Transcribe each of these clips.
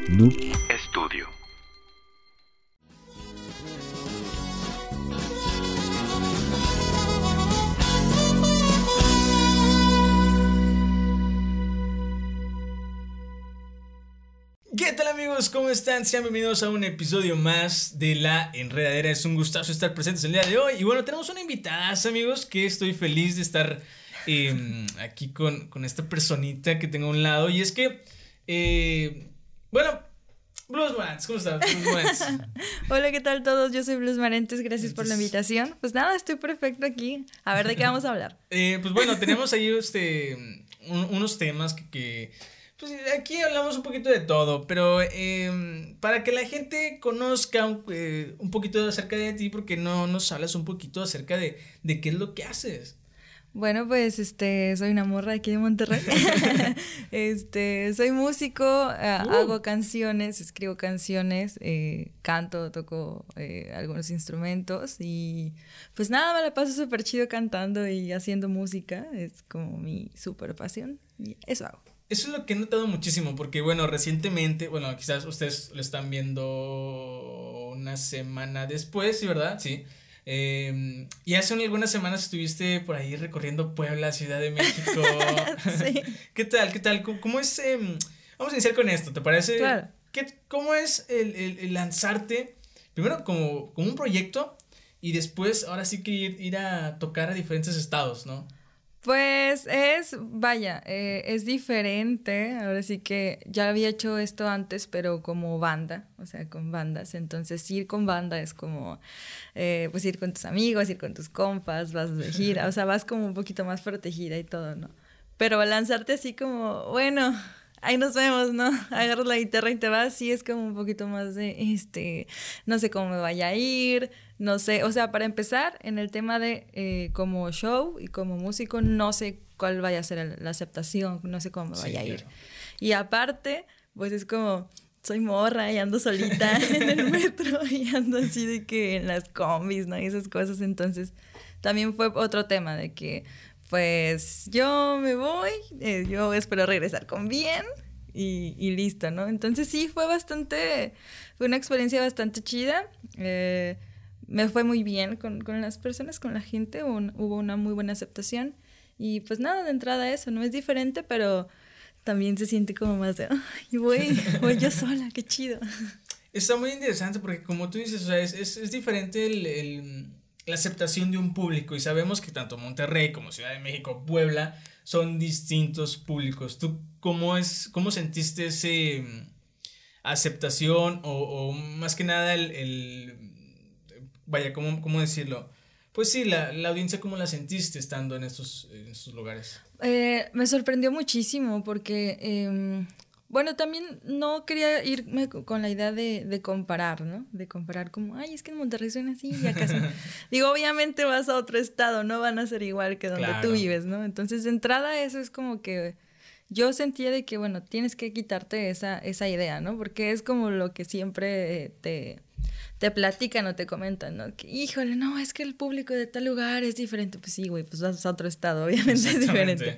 Noob Estudio. ¿Qué tal amigos? ¿Cómo están? Sean bienvenidos a un episodio más de La Enredadera. Es un gustazo estar presentes el día de hoy. Y bueno, tenemos una invitada, amigos, que estoy feliz de estar aquí con esta personita que tengo a un lado. Y es que, bueno, Blues Marentes, ¿cómo estás? Blues Marentes. Hola, ¿qué tal todos? Yo soy Blues Marentes, gracias por la invitación. Pues nada, estoy perfecto aquí. A ver, ¿de qué vamos a hablar? Pues bueno, tenemos ahí unos temas que pues aquí hablamos un poquito de todo, pero para que la gente conozca un poquito acerca de ti, porque no nos hablas un poquito acerca de qué es lo que haces. Bueno, pues soy una morra aquí de Monterrey. Soy músico, hago canciones, escribo canciones, canto, toco algunos instrumentos y pues nada, me la paso súper chido cantando y haciendo música, es como mi súper pasión y eso hago. Eso es lo que he notado muchísimo, porque bueno, recientemente, bueno, quizás ustedes lo están viendo una semana después, ¿sí, verdad? Sí. Y hace algunas semanas estuviste por ahí recorriendo Puebla, Ciudad de México. Sí. ¿Qué tal? ¿Qué tal? ¿Cómo es? Vamos a iniciar con esto, ¿te parece? Claro. ¿Cómo es el lanzarte, primero como un proyecto y después ahora sí que ir a tocar a diferentes estados, ¿no? Pues es diferente, ahora sí que ya había hecho esto antes, pero como banda, o sea, con bandas, entonces ir con banda es como, pues ir con tus amigos, ir con tus compas, vas de gira, o sea, vas como un poquito más protegida y todo, ¿no? Pero lanzarte así como, bueno, ahí nos vemos, ¿no? Agarras la guitarra y te vas, sí es como un poquito más de, no sé cómo me vaya a ir, no sé, o sea, para empezar, en el tema de como show y como músico, no sé cuál vaya a ser la aceptación, no sé cómo me vaya a ir. Claro. Y aparte, pues es como, soy morra y ando solita en el metro y ando así de que en las combis, ¿no? Y esas cosas, entonces también fue otro tema de que, pues, yo me voy, yo espero regresar con bien y listo, ¿no? Entonces sí, fue una experiencia bastante chida, me fue muy bien con las personas, con la gente, hubo una muy buena aceptación y pues nada, de entrada eso, no es diferente, pero también se siente como más de, ay, voy yo sola, qué chido. Está muy interesante porque como tú dices, o sea, es diferente la aceptación de un público y sabemos que tanto Monterrey como Ciudad de México, Puebla, son distintos públicos. ¿Tú cómo sentiste ese aceptación o más que nada vaya, ¿cómo decirlo? Pues sí, la audiencia, ¿cómo la sentiste estando en estos lugares? Me sorprendió muchísimo porque, bueno, también no quería irme con la idea de comparar, ¿no? De comparar como, ay, es que en Monterrey suena así y acaso. Digo, obviamente vas a otro estado, no van a ser igual que donde Claro. tú vives, ¿no? Entonces, de entrada, eso es como que yo sentía de que, bueno, tienes que quitarte esa idea, ¿no? Porque es como lo que siempre te platican o te comentan, ¿no? Que, híjole, no, es que el público de tal lugar es diferente. Pues sí, güey, pues vas a otro estado, obviamente es diferente.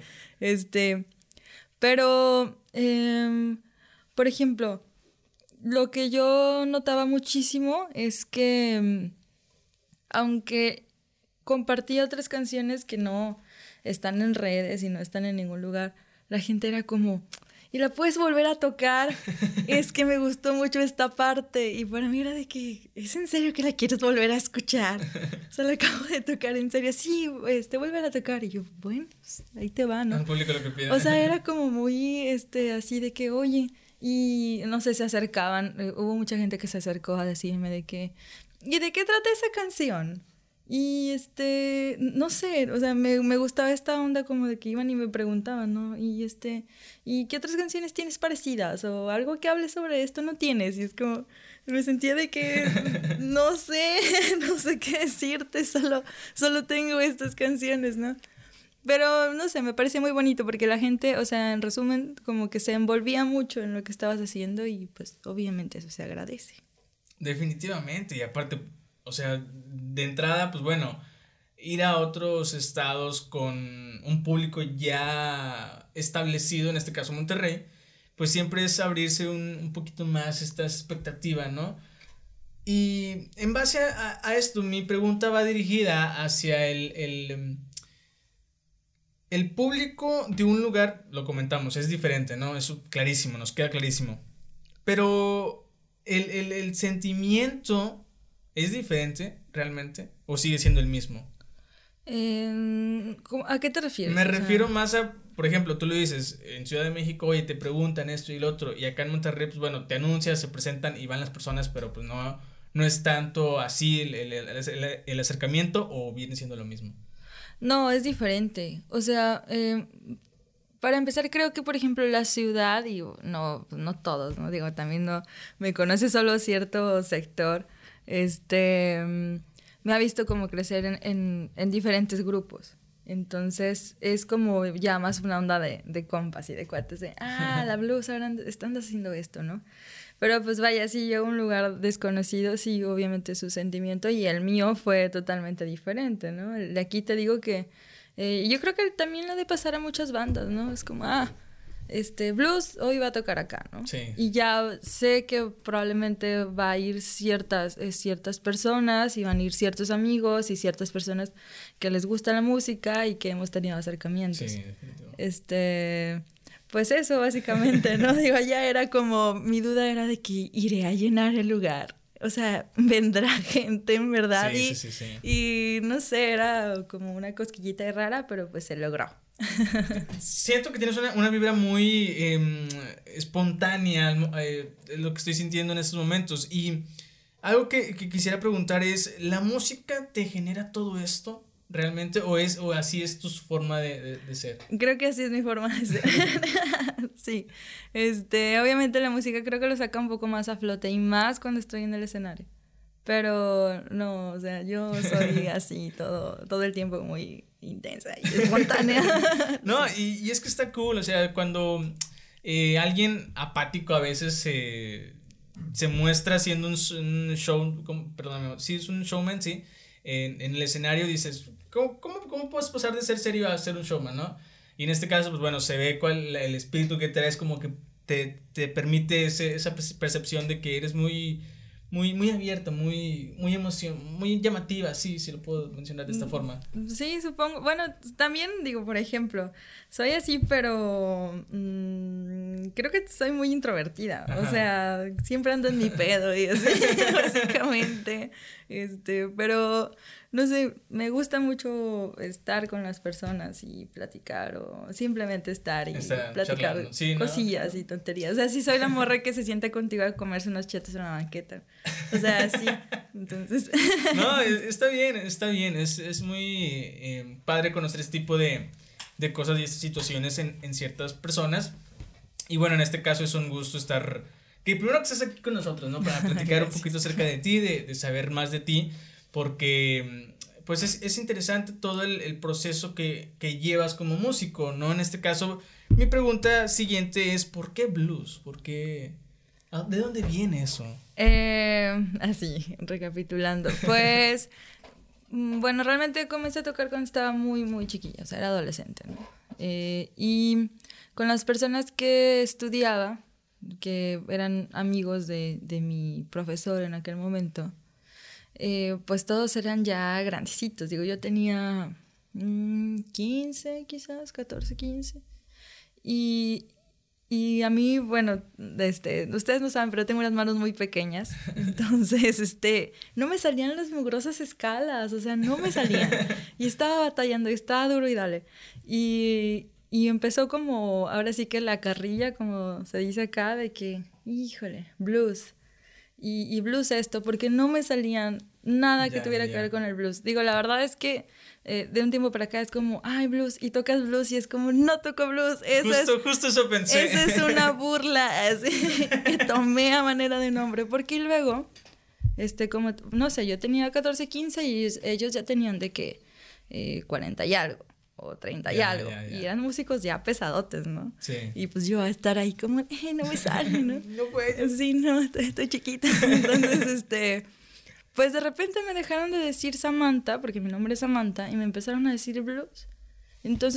Pero, por ejemplo, lo que yo notaba muchísimo es que, aunque compartía otras canciones que no están en redes y no están en ningún lugar, la gente era como, ¿y la puedes volver a tocar? Es que me gustó mucho esta parte. Y para mí era de que, ¿es en serio que la quieres volver a escuchar? O sea, la acabo de tocar en serio. Sí, vuelve a tocar. Y yo, bueno, pues, ahí te va, ¿no? Un público lo que pide. O sea, era como muy, así de que, oye, y no sé, se acercaban. Hubo mucha gente que se acercó a decirme de que, ¿y de qué trata esa canción? Y no sé, o sea, me gustaba esta onda como de que iban y me preguntaban, ¿no? ¿Y qué otras canciones tienes parecidas? O algo que hable sobre esto no tienes. Y es como, me sentía de que no sé qué decirte, solo tengo estas canciones, ¿no? Pero no sé, me parecía muy bonito porque la gente, o sea, en resumen, como que se envolvía mucho en lo que estabas haciendo y pues obviamente eso se agradece. Definitivamente, y aparte, o sea, de entrada, pues bueno, ir a otros estados con un público ya establecido, en este caso Monterrey, pues siempre es abrirse un poquito más esta expectativa, ¿no? Y en base a esto, mi pregunta va dirigida hacia el público de un lugar, lo comentamos, es diferente, ¿no? Eso clarísimo, nos queda clarísimo. Pero el sentimiento es diferente realmente, o sigue siendo el mismo. ¿A qué te refieres? Me refiero más a, por ejemplo, tú lo dices, en Ciudad de México, oye, te preguntan esto y lo otro, y acá en Monterrey, pues bueno, te anuncias, se presentan y van las personas, pero pues no es tanto así el acercamiento, o viene siendo lo mismo. No, es diferente. O sea, para empezar, creo que, por ejemplo, la ciudad, y no todos, ¿no? Digo, también no me conoce solo cierto sector, me ha visto como crecer en diferentes grupos. Entonces, es como ya más una onda de compas y de cuates, la blues, ahora están haciendo esto, ¿no? Pero pues vaya, si yo a un lugar desconocido, sí, obviamente su sentimiento, y el mío fue totalmente diferente, ¿no? El de aquí te digo que yo creo que también lo de pasar a muchas bandas, ¿no? Es como, blues hoy va a tocar acá, ¿no? Sí. Y ya sé que probablemente va a ir ciertas personas, y van a ir ciertos amigos y ciertas personas que les gusta la música y que hemos tenido acercamientos. Sí, definitivo. Pues eso, básicamente, ¿no? Digo, ya era como, mi duda era de que iré a llenar el lugar. O sea, vendrá gente, en verdad. Sí. Y no sé, era como una cosquillita rara, pero pues se logró. Siento que tienes una vibra muy espontánea, lo que estoy sintiendo en estos momentos. Y algo que quisiera preguntar es, ¿la música te genera todo esto realmente, o así es tu forma de ser? Creo que así es mi forma de ser. Sí. Obviamente la música creo que lo saca un poco más a flote, y más cuando estoy en el escenario. Pero no, o sea, yo soy así todo el tiempo muy intensa y espontánea. No, y es que está cool, o sea, cuando alguien apático a veces se muestra haciendo un show, perdóname, sí, es un showman, sí, en el escenario, dices, ¿cómo puedes pasar de ser serio a ser un showman, no? Y en este caso, pues bueno, se ve el espíritu que traes, como que te permite esa percepción de que eres muy abierta, muy llamativa, sí lo puedo mencionar de esta forma. Sí, supongo. Bueno, también digo, por ejemplo, soy así, pero creo que soy muy introvertida. Ajá. O sea, siempre ando en mi pedo y así, básicamente. Pero no sé, me gusta mucho estar con las personas y platicar, o simplemente estar y platicar cosillas, ¿no? Y tonterías. O sea, sí soy la morra que se sienta contigo a comerse unos chetos en una banqueta. O sea, sí. Entonces. No, está bien. Es muy padre conocer este tipo de cosas y estas situaciones en ciertas personas. Y bueno, en este caso es un gusto estar. Que primero que estés aquí con nosotros, ¿no? Para platicar un poquito acerca de ti, de saber más de ti, porque pues es interesante todo el proceso que llevas como músico, ¿no? En este caso, mi pregunta siguiente es, ¿por qué blues? ¿Por qué? ¿De dónde viene eso? Así, recapitulando, pues, bueno, realmente comencé a tocar cuando estaba muy, muy chiquilla, o sea, era adolescente, ¿no? Y con las personas que estudiaba, que eran amigos de mi profesor en aquel momento, pues todos eran ya grandecitos. Digo, yo tenía 15, quizás, 14, 15. Y a mí, bueno, ustedes no saben, pero tengo unas manos muy pequeñas. Entonces, no me salían las mugrosas escalas, o sea, no me salían. Y estaba batallando, y estaba duro y dale. Y empezó como, ahora sí que la carrilla, como se dice acá, de que, híjole, blues. Y blues esto, porque no me salían nada que tuviera que ver con el blues. Digo, la verdad es que de un tiempo para acá es como, ay, blues, y tocas blues, y es como, no toco blues. Justo eso pensé. Esa es una burla así, que tomé a manera de nombre, porque luego, como, no sé, yo tenía 14, 15 y ellos ya tenían de que 40 y algo. O 30 y algo. Y eran músicos ya pesadotes, ¿no? Sí. Y pues yo a estar ahí como, no me sale, ¿no? No puedo. Sí, no, estoy chiquita. Entonces, pues de repente me dejaron de decir Samantha, porque mi nombre es Samantha, y me empezaron a decir blues. Entonces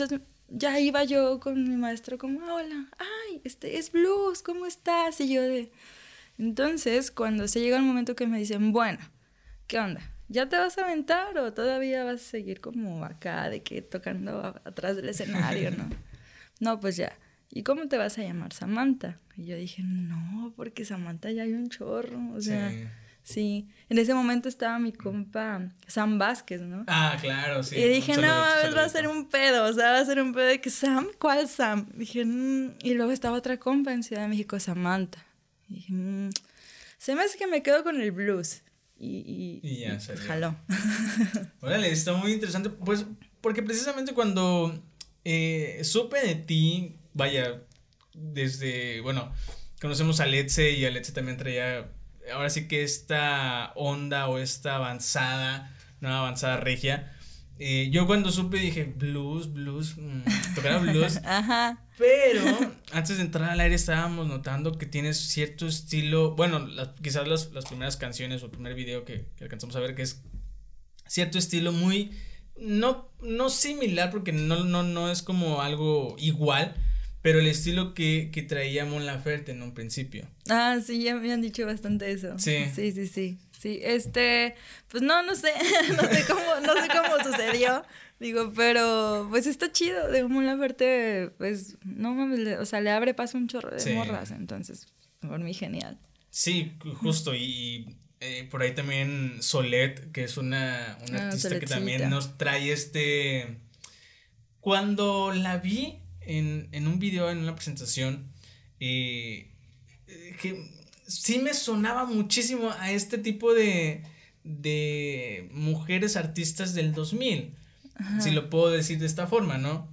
ya iba yo con mi maestro como, hola, ay, es blues, ¿cómo estás? Y yo de... Entonces, cuando se llega el momento que me dicen, bueno, ¿qué onda? ¿Ya te vas a aventar o todavía vas a seguir como acá de que tocando atrás del escenario, no? No, pues ya. ¿Y cómo te vas a llamar? Samantha. Y yo dije, no, porque Samantha ya hay un chorro, o sea... Sí, en ese momento estaba mi compa Sam Vázquez, ¿no? Ah, claro, sí. Y dije, no, va a ser un pedo, o sea, va a ser un pedo de que Sam, ¿cuál Sam? Dije, y luego estaba otra compa en Ciudad de México, Samantha. Y dije, se me hace que me quedo con el blues. Y ya salió. Jaló. Órale, está muy interesante, pues, porque precisamente cuando supe de ti, vaya, desde, bueno, conocemos a Letze y a Letze también traía... Ahora sí que esta onda o esta nueva avanzada regia, yo cuando supe dije, blues, tocar blues. Ajá. Pero antes de entrar al aire estábamos notando que tienes cierto estilo, bueno, quizás las primeras canciones o el primer video que alcanzamos a ver, que es cierto estilo muy, no similar porque no es como algo igual, pero el estilo que traía Mon Laferte en un principio. Ah, sí, ya me han dicho bastante eso. Sí. Sí, pues no sé, no sé cómo sucedió, digo, pero pues está chido, de Mon Laferte, pues, no mames, o sea, le abre paso un chorro de morras, entonces, por mí genial. Sí, justo, y por ahí también Solet, que es una artista Soletcita, que también nos trae cuando la vi en un video, en una presentación, que sí me sonaba muchísimo a este tipo de mujeres artistas del 2000, ajá, si lo puedo decir de esta forma, ¿no?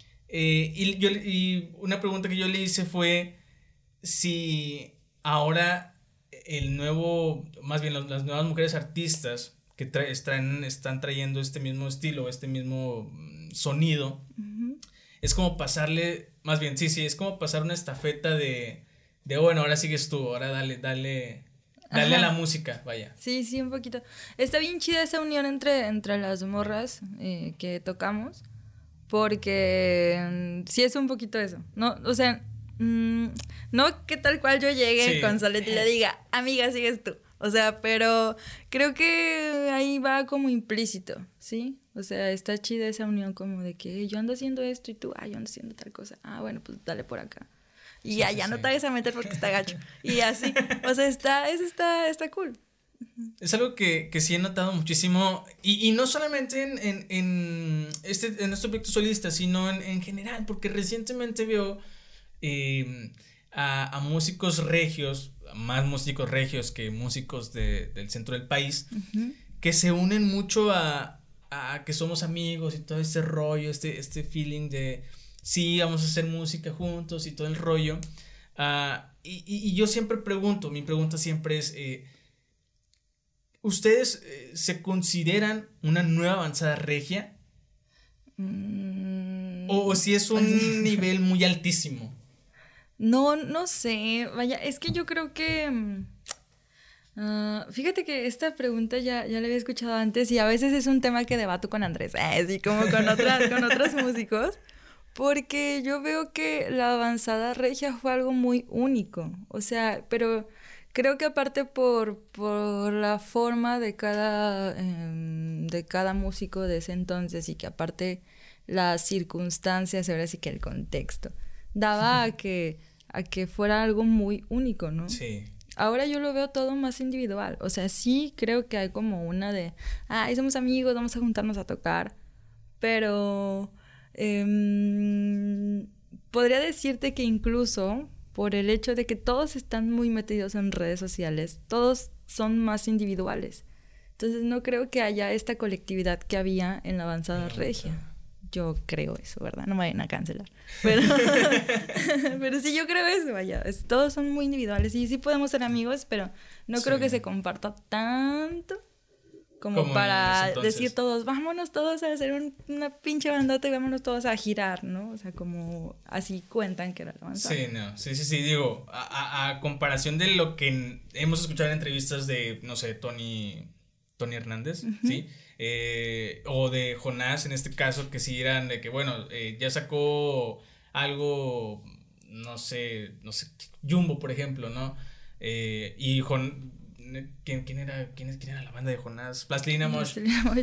Y una pregunta que yo le hice fue si ahora más bien las nuevas mujeres artistas que están trayendo este mismo estilo, este mismo sonido, uh-huh, es como pasarle, más bien, sí, es como pasar una estafeta de bueno, ahora sigues tú, ahora dale a la música, vaya. Sí, un poquito. Está bien chida esa unión entre las morras que tocamos, porque sí es un poquito eso, ¿no? O sea, no que tal cual yo llegue con Solet y le diga, amiga, sigues tú. O sea, pero creo que ahí va como implícito, ¿sí? O sea, está chida esa unión como de que yo ando haciendo esto y tú, yo ando haciendo tal cosa. Bueno, pues dale por acá. Y ya no te vayas a meter porque está gacho. Y así, o sea, está cool. Es algo que sí he notado muchísimo, y no solamente en este proyecto solista, sino en general, porque recientemente veo a músicos regios, más músicos regios que músicos del centro del país, uh-huh, que se unen mucho a que somos amigos y todo este rollo, este feeling de sí, vamos a hacer música juntos y todo el rollo. Y yo siempre pregunto, mi pregunta siempre es, ¿ustedes se consideran una nueva avanzada regia? ¿O si es un nivel muy altísimo? No sé, vaya, es que yo creo que... fíjate que esta pregunta ya la había escuchado antes y a veces es un tema que debato con Andrés, así como con otros músicos, porque yo veo que la avanzada regia fue algo muy único, o sea, pero creo que aparte por la forma de cada músico de ese entonces y que aparte las circunstancias, ahora sí que el contexto, daba a que fuera algo muy único, ¿no? Sí. Ahora yo lo veo todo más individual, o sea, sí creo que hay como una de, somos amigos, vamos a juntarnos a tocar, pero podría decirte que incluso por el hecho de que todos están muy metidos en redes sociales, todos son más individuales, entonces no creo que haya esta colectividad que había en la avanzada regia. Yo creo eso, ¿verdad? No me vayan a cancelar. Pero sí, yo creo eso, vaya. Todos son muy individuales y sí podemos ser amigos, pero no creo que se comparta tanto como para decir todos, vámonos todos a hacer una pinche bandota y vámonos todos a girar, ¿no? O sea, como así cuentan que era la avanzada. Sí, digo, a comparación de lo que hemos escuchado en entrevistas de, no sé, Tony Hernández, uh-huh, ¿sí? o de Jonás en este caso, que sí eran de que, bueno, ya sacó algo, no sé, Jumbo, por ejemplo, ¿no? Y ¿quién era la banda de Jonás? Plastilina Mosh.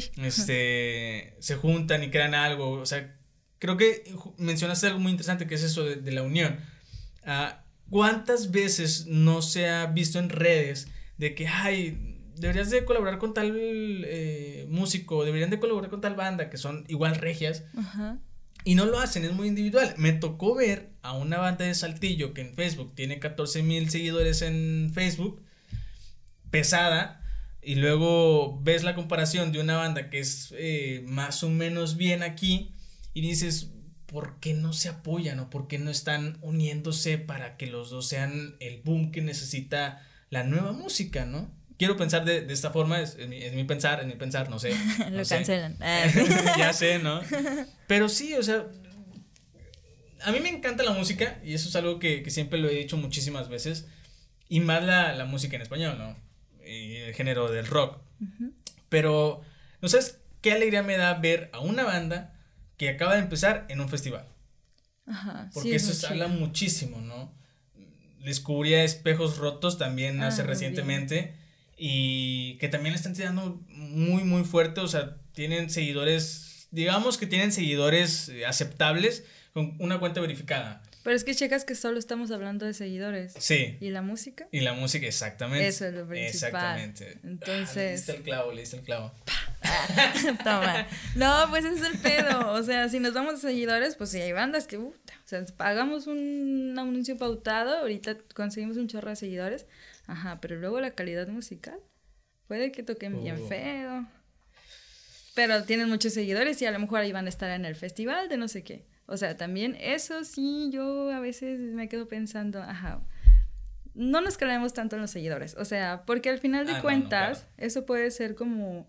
Se juntan y crean algo, o sea, creo que mencionaste algo muy interesante, que es eso de la unión. ¿Cuántas veces no se ha visto en redes de que, deberías de colaborar con tal músico, deberían de colaborar con tal banda, que son igual regias? Ajá. Y no lo hacen, es muy individual. Me tocó ver a una banda de Saltillo que en Facebook tiene 14,000 seguidores en Facebook, pesada, y luego ves la comparación de una banda que es más o menos bien aquí, y dices, ¿por qué no se apoyan o por qué no están uniéndose para que los dos sean el boom que necesita la nueva música, ¿no? Quiero pensar de esta forma, es mi pensar, no sé. Lo cancelan. Ya sé, ¿no? Pero sí, o sea, a mí me encanta la música y eso es algo que siempre lo he dicho muchísimas veces, y más la música en español, ¿no? Y el género del rock. Uh-huh. Pero, ¿no sabes qué alegría me da ver a una banda que acaba de empezar en un festival? Ajá, porque sí, eso habla muchísimo, ¿no? Descubrí a Espejos Rotos también hace recientemente bien. Y que también le están tirando muy muy fuerte, o sea, tienen seguidores, digamos que tienen seguidores aceptables con una cuenta verificada. Pero es que checas que solo estamos hablando de seguidores. Sí. ¿Y la música? Y la música, exactamente. Eso es lo principal. Exactamente. Entonces. Le diste el clavo. Toma. No, pues ese es el pedo. O sea, si nos vamos a seguidores, pues sí hay bandas que, o sea, pagamos un anuncio pautado, ahorita conseguimos un chorro de seguidores. Ajá, pero luego la calidad musical. Puede que toquen bien feo. Pero tienen muchos seguidores y a lo mejor ahí van a estar en el festival de no sé qué. O sea, también eso sí, yo a veces me quedo pensando, no nos creemos tanto en los seguidores, o sea, porque al final de cuentas, claro, eso puede ser como,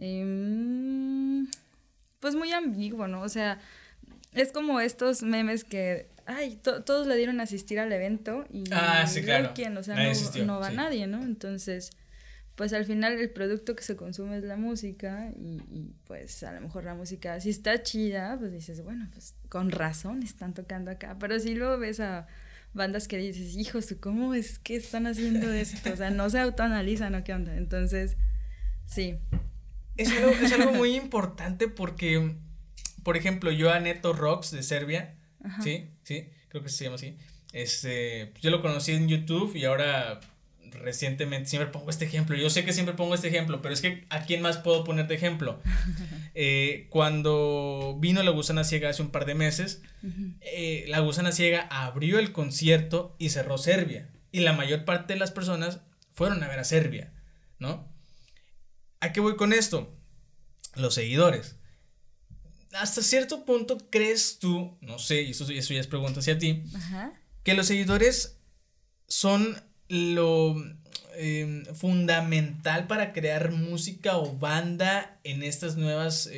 pues muy ambiguo, ¿no? O sea, es como estos memes que, todos le dieron a asistir al evento y sí, claro. ¿quién? O sea, no va nadie, ¿no? Entonces, pues al final el producto que se consume es la música y pues a lo mejor la música si está chida, pues dices, bueno, pues con razón están tocando acá, pero si luego ves a bandas que dices, hijos, ¿cómo es que están haciendo esto? O sea, no se autoanalizan o qué onda, entonces, sí. Es algo muy importante porque, por ejemplo, yo a Neto Rocks de Serbia, ajá, sí, creo que se llama así, yo lo conocí en YouTube y ahora recientemente siempre pongo este ejemplo, yo sé que siempre pongo este ejemplo, pero es que ¿a quién más puedo poner de ejemplo? Cuando vino La Gusana Ciega hace un par de meses, La Gusana Ciega abrió el concierto y cerró Serbia, y la mayor parte de las personas fueron a ver a Serbia, ¿no? ¿A qué voy con esto? Los seguidores. Hasta cierto punto, ¿crees tú, no sé, y eso ya es pregunta hacia ti, ajá, que los seguidores son lo fundamental para crear música o banda en estas nuevas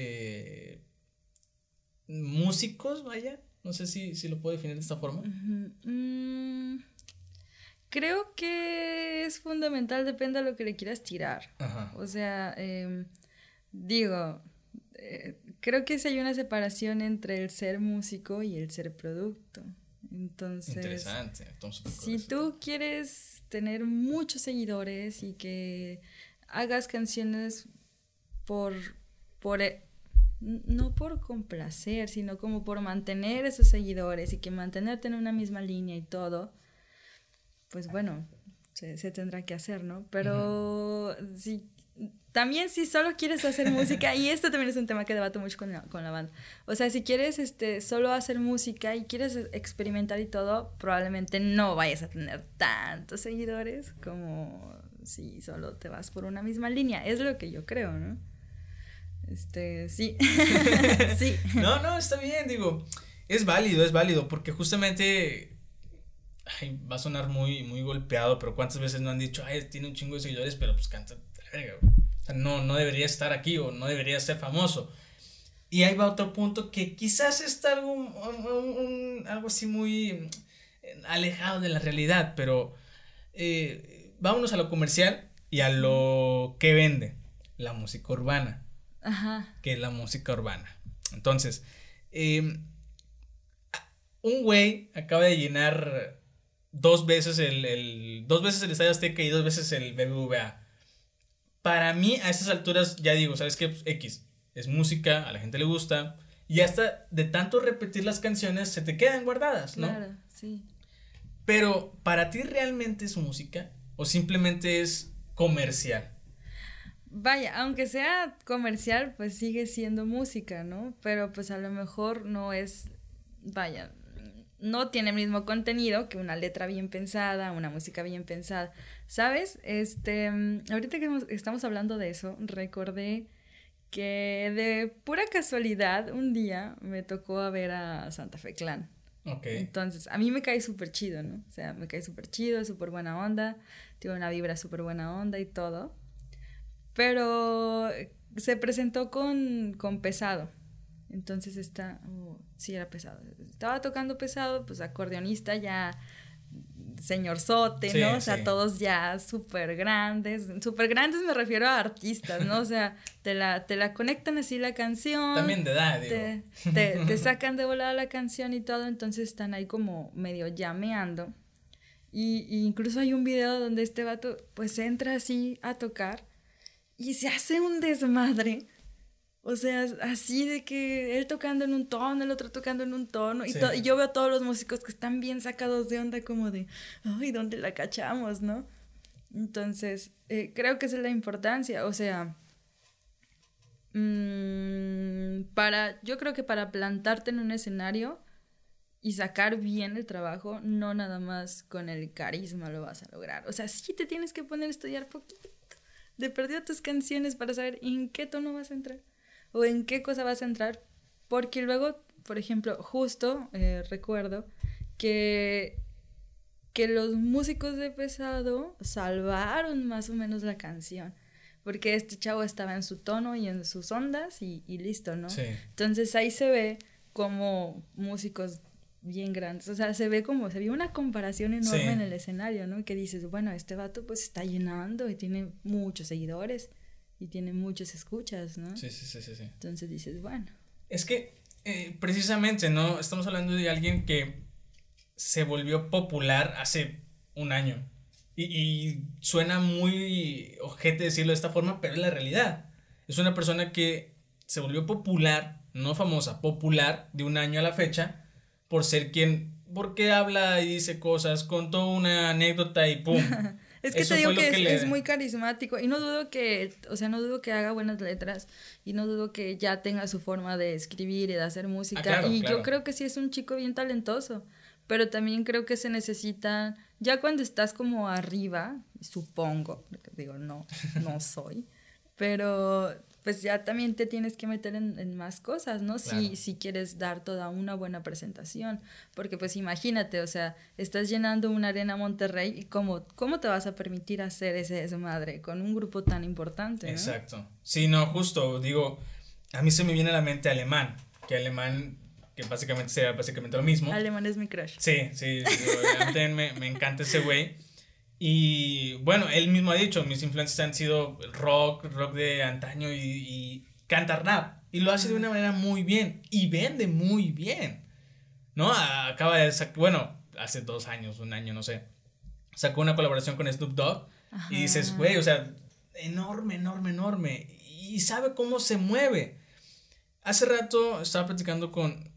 músicos, vaya? No sé si lo puedo definir de esta forma. Creo que es fundamental, depende a lo que le quieras tirar. Ajá. O sea, creo que sí hay una separación entre el ser músico y el ser producto. Entonces, interesante. Si tú quieres tener muchos seguidores y que hagas canciones no por complacer, sino como por mantener esos seguidores y que mantenerte en una misma línea y todo, pues bueno, se tendrá que hacer, ¿no? Pero también si solo quieres hacer música, y esto también es un tema que debato mucho con la banda, o sea, si quieres solo hacer música y quieres experimentar y todo, probablemente no vayas a tener tantos seguidores como si solo te vas por una misma línea, es lo que yo creo, ¿no? Sí. Sí. No, está bien, digo, es válido, porque justamente va a sonar muy, muy golpeado, pero ¿cuántas veces no han dicho, tiene un chingo de seguidores, pero pues canta la verga, güey? O sea, no debería estar aquí o no debería ser famoso. Y ahí va otro punto que quizás está algo así muy alejado de la realidad, pero vámonos a lo comercial y a lo que vende, la música urbana. Ajá. que es la música urbana. Entonces, un güey acaba de llenar 2 veces el Estadio Azteca y 2 veces el BBVA. Para mí, a esas alturas, ya digo, ¿sabes qué? Pues, X, es música, a la gente le gusta, y hasta de tanto repetir las canciones se te quedan guardadas, ¿no? Claro, sí. Pero, ¿para ti realmente es música o simplemente es comercial? Vaya, aunque sea comercial, pues sigue siendo música, ¿no? Pero pues a lo mejor no es, vaya, no tiene el mismo contenido que una letra bien pensada, una música bien pensada, ¿sabes? Ahorita que estamos hablando de eso, recordé que de pura casualidad un día me tocó a ver a Santa Fe Clan. Ok. Entonces, a mí me cae súper chido, ¿no? O sea, me cae súper chido, súper buena onda, tiene una vibra súper buena onda y todo. Pero se presentó con Pesado. Entonces sí era Pesado. Estaba tocando Pesado, pues acordeonista ya señorzote, Sí, ¿no? O sea, sí. todos ya súper grandes. Súper grandes me refiero a artistas, ¿no? O sea, te la conectan así la canción. También de edad, digo. Te sacan de volada la canción y todo, entonces están ahí como medio llameando. Y incluso hay un video donde este vato pues entra así a tocar y se hace un desmadre. O sea, así de que él tocando en un tono, el otro tocando en un tono. Sí. Y yo veo a todos los músicos que están bien sacados de onda, como de, ay, ¿dónde la cachamos, no? Entonces, creo que esa es la importancia. O sea, yo creo que para plantarte en un escenario y sacar bien el trabajo, no nada más con el carisma lo vas a lograr. O sea, sí te tienes que poner a estudiar poquito de perdido tus canciones para saber en qué tono vas a entrar o en qué cosa vas a entrar, porque luego, por ejemplo, justo recuerdo que los músicos de Pesado salvaron más o menos la canción, porque este chavo estaba en su tono y en sus ondas y listo, ¿no? Sí. Entonces ahí se ve como músicos bien grandes, o sea, se ve una comparación enorme Sí. en el escenario, ¿no? Que dices, bueno, este vato pues está llenando y tiene muchos seguidores y tiene muchos escuchas, ¿no? Sí, sí, sí, sí, sí. Entonces dices, bueno. Es que precisamente, ¿no? Estamos hablando de alguien que se volvió popular hace un año. Y suena muy ojete decirlo de esta forma, pero es la realidad. Es una persona que se volvió popular, no famosa, popular de un año a la fecha, por ser porque habla y dice cosas, contó una anécdota y ¡pum! Es que Eso te digo fue lo que que es muy carismático y no dudo no dudo que haga buenas letras y no dudo que ya tenga su forma de escribir y de hacer música. Claro, y claro. yo creo que sí es un chico bien talentoso, pero también creo que se necesita, ya cuando estás como arriba, supongo, digo, no soy, pero pues ya también te tienes que meter en más cosas, ¿no? Claro. Si quieres dar toda una buena presentación, porque pues imagínate, o sea, estás llenando una arena Monterrey y ¿cómo te vas a permitir hacer ese desmadre con un grupo tan importante, ¿no? Exacto. Sí, no, justo, digo, a mí se me viene a la mente Alemán, que básicamente sería básicamente lo mismo. Alemán es mi crush. Sí, sí, digo, a mí también me encanta ese güey. Y bueno, él mismo ha dicho, mis influencias han sido rock de antaño y canta rap. Y lo hace de una manera muy bien y vende muy bien, ¿no? Acaba de sacar, bueno, hace 2 años, un año, no sé, sacó una colaboración con Snoop Dogg. Ajá. Y dices, güey, o sea, enorme, enorme, enorme. Y sabe cómo se mueve. Hace rato estaba platicando con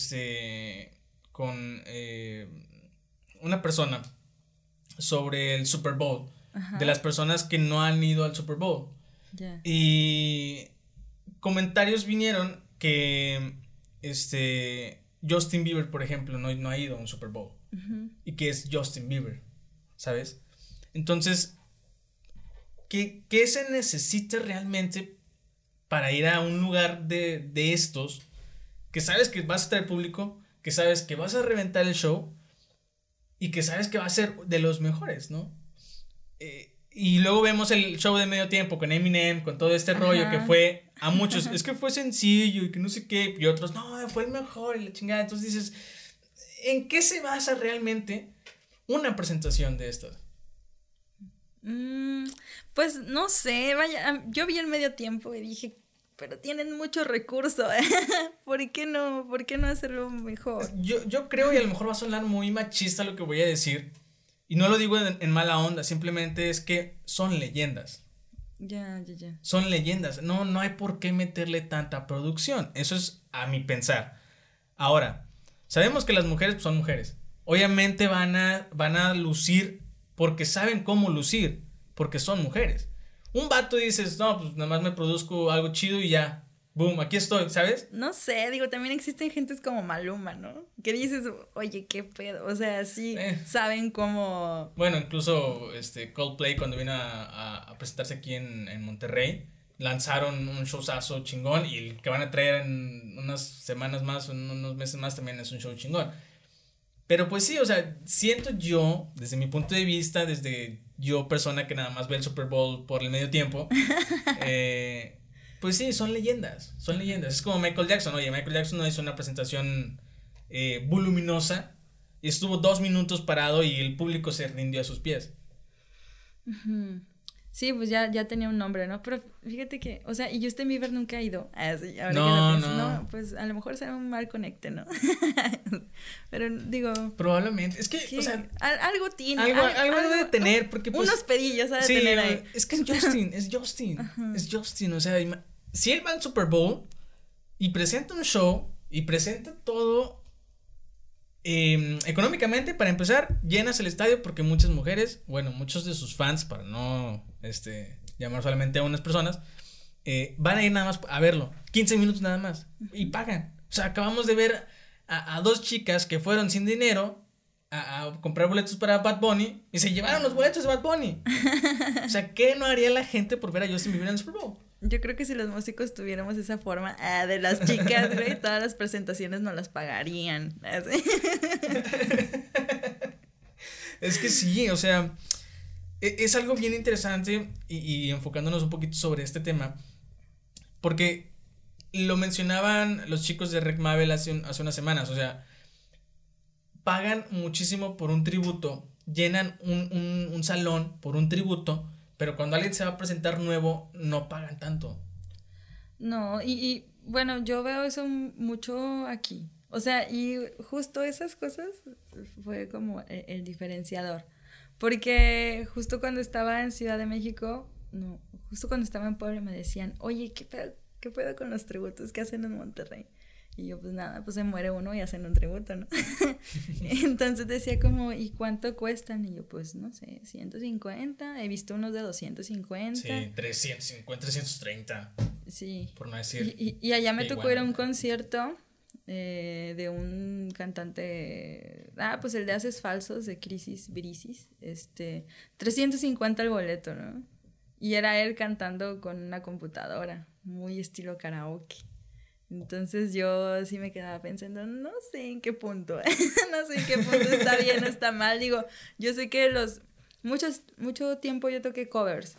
una persona sobre el Super Bowl. Ajá. De las personas que no han ido al Super Bowl. Yeah. Y comentarios vinieron que Justin Bieber, por ejemplo, no ha ido a un Super Bowl. Uh-huh. Y que es Justin Bieber, ¿sabes? Entonces, ¿qué se necesita realmente para ir a un lugar de estos que sabes que vas a traer público, que sabes que vas a reventar el show y que sabes que va a ser de los mejores, ¿no? Y luego vemos el show de medio tiempo con Eminem, con todo este rollo que fue a muchos, es que fue sencillo y que no sé qué, y otros, no, fue el mejor y la chingada. Entonces dices, ¿en qué se basa realmente una presentación de estas? Pues no sé, vaya, yo vi el medio tiempo y dije, pero tienen mucho recurso. ¿Por qué no? ¿Por qué no hacerlo mejor? Yo creo, y a lo mejor va a sonar muy machista lo que voy a decir, y no lo digo en mala onda, simplemente es que son leyendas. Ya. Son leyendas, no hay por qué meterle tanta producción, eso es a mi pensar. Ahora, sabemos que las mujeres pues, son mujeres, obviamente van a lucir porque saben cómo lucir, porque son mujeres. Un vato dices, no, pues nada más me produzco algo chido y ya, boom, aquí estoy, ¿sabes? No sé, digo, también existen gentes como Maluma, ¿no? Que dices, oye, qué pedo, o sea, sí, saben cómo... Bueno, incluso Coldplay cuando vino a presentarse aquí en Monterrey, lanzaron un showzazo chingón y el que van a traer en unas semanas más, en unos meses más también es un show chingón. Pero pues sí, o sea, siento yo, desde mi punto de vista, desde yo persona que nada más ve el Super Bowl por el medio tiempo, pues sí, son leyendas. Es como Michael Jackson. Oye, Michael Jackson no hizo una presentación voluminosa y estuvo 2 minutos parado y el público se rindió a sus pies. Uh-huh. Sí, pues ya tenía un nombre, ¿no? Pero fíjate que, o sea, y Justin Bieber nunca ha ido. Sí, ahora no, que lo pienso, no, pues a lo mejor será un mal conecte, ¿no? Pero digo... Probablemente, es que, o sea... Algo tiene. Algo debe de tener, porque pues... Unos pedillos ha de sí, tener ahí. Es que es Justin, o sea, si él va al Super Bowl y presenta un show y presenta todo... económicamente, para empezar, llenas el estadio porque muchas mujeres, bueno, muchos de sus fans, para no llamar solamente a unas personas, van a ir nada más a verlo, 15 minutos nada más, y pagan. O sea, acabamos de ver a 2 chicas que fueron sin dinero a comprar boletos para Bad Bunny y se llevaron los boletos de Bad Bunny. O sea, ¿qué no haría la gente por ver a Justin Bieber en el Super Bowl? Yo creo que si los músicos tuviéramos esa forma de las chicas, güey, todas las presentaciones nos las pagarían. Así. Es que sí, o sea, es algo bien interesante y enfocándonos un poquito sobre este tema, porque lo mencionaban los chicos de Rec Mabel hace unas semanas, o sea, pagan muchísimo por un tributo, llenan un salón por un tributo, pero cuando alguien se va a presentar nuevo, no pagan tanto. No, y bueno, yo veo eso mucho aquí. O sea, y justo esas cosas fue como el diferenciador. Porque justo cuando estaba en Ciudad de México, no, justo cuando estaba en Puebla me decían, oye, ¿qué pedo con los tributos que hacen en Monterrey? Y yo, pues nada, pues se muere uno y hacen un tributo, ¿no? Entonces decía como, ¿y cuánto cuestan? Y yo, pues no sé, 150, he visto unos de 250. Sí, 350, 330. Sí. Por no decir. Y allá me tocó ir a un concierto de un cantante, pues el de Haces Falsos, de Crisis Brisis, 350 el boleto, ¿no? Y era él cantando con una computadora, muy estilo karaoke. Entonces yo sí me quedaba pensando, no sé en qué punto, no sé en qué punto está bien o está mal. Digo, yo sé que mucho tiempo yo toqué covers,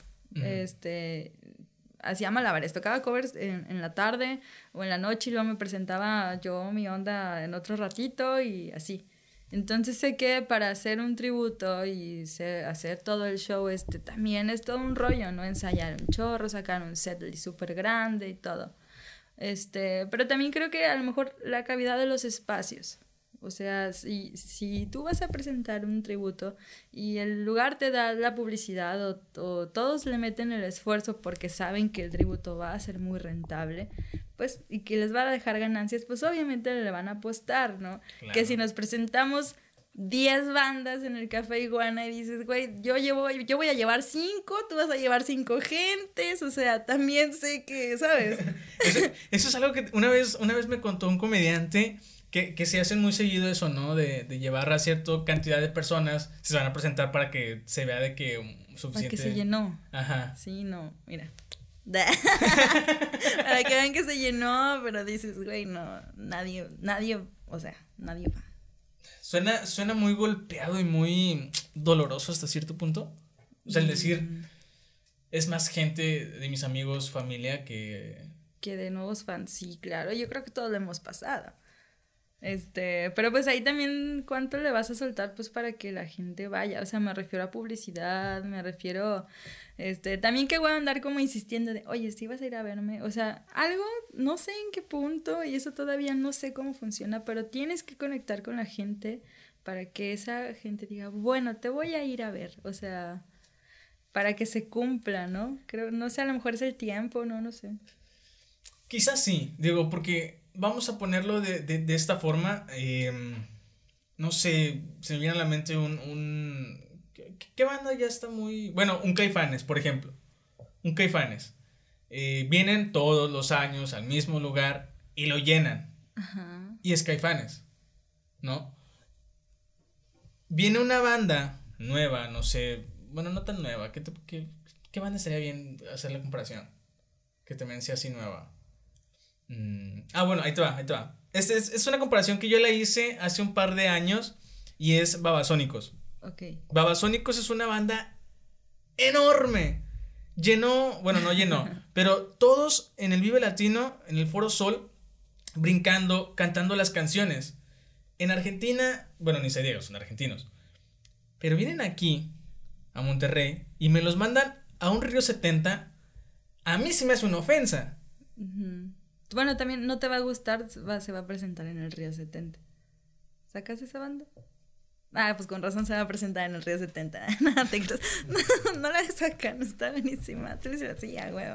hacía malabares, tocaba covers en la tarde o en la noche y luego me presentaba yo mi onda en otro ratito y así. Entonces sé que para hacer un tributo y hacer todo el show también es todo un rollo, ¿no? Ensayar un chorro, sacar un set súper grande y todo. Pero también creo que a lo mejor la cavidad de los espacios. O sea, si tú vas a presentar un tributo y el lugar te da la publicidad o todos le meten el esfuerzo porque saben que el tributo va a ser muy rentable, pues, y que les va a dejar ganancias, pues obviamente le van a apostar, ¿no? Claro. Que si nos presentamos 10 bandas en el Café Iguana y dices, güey, yo voy a llevar 5, tú vas a llevar 5 gentes, o sea, también sé que, ¿sabes? Eso es algo que una vez me contó un comediante que se hacen muy seguido eso, ¿no? De llevar a cierta cantidad de personas, se van a presentar para que se vea de que suficiente. Para que se llenó. Ajá. Sí, no, mira. Para que vean que se llenó, pero dices, güey, no, nadie, o sea, nadie va. Suena muy golpeado y muy doloroso hasta cierto punto. O sea, el decir, es más gente de mis amigos, familia que de nuevos fans, sí, claro. Yo creo que todos lo hemos pasado. Pero pues ahí también cuánto le vas a soltar pues para que la gente vaya, o sea, me refiero a publicidad, me refiero, también que voy a andar como insistiendo de, oye, sí vas a ir a verme, o sea, algo, no sé en qué punto y eso todavía no sé cómo funciona, pero tienes que conectar con la gente para que esa gente diga, bueno, te voy a ir a ver, o sea, para que se cumpla, ¿no? Creo, no sé, a lo mejor es el tiempo, no sé. Quizás sí, digo, porque vamos a ponerlo de esta forma. No sé, se me viene a la mente ¿qué banda ya está muy? Bueno, un Caifanes, por ejemplo. Un Caifanes. Vienen todos los años al mismo lugar y lo llenan. Ajá. Y es Caifanes, ¿no? Viene una banda nueva, no sé, bueno, no tan nueva. ¿Qué banda estaría bien hacer la comparación? Que también sea así nueva. Bueno, ahí te va. Es una comparación que yo la hice hace un par de años y es Babasónicos. Ok. Babasónicos es una banda enorme. No llenó, pero todos en el Vive Latino, en el Foro Sol, brincando, cantando las canciones. En Argentina, bueno, ni se diga, son argentinos. Pero vienen aquí, a Monterrey, y me los mandan a un Río 70. A mí se me hace una ofensa. Uh-huh. Bueno, también no te va a gustar, se va a presentar en el Río 70. ¿Sacas esa banda? Pues con razón se va a presentar en el Río 70. No la sacan, está buenísima. Tú le dices así, huevo.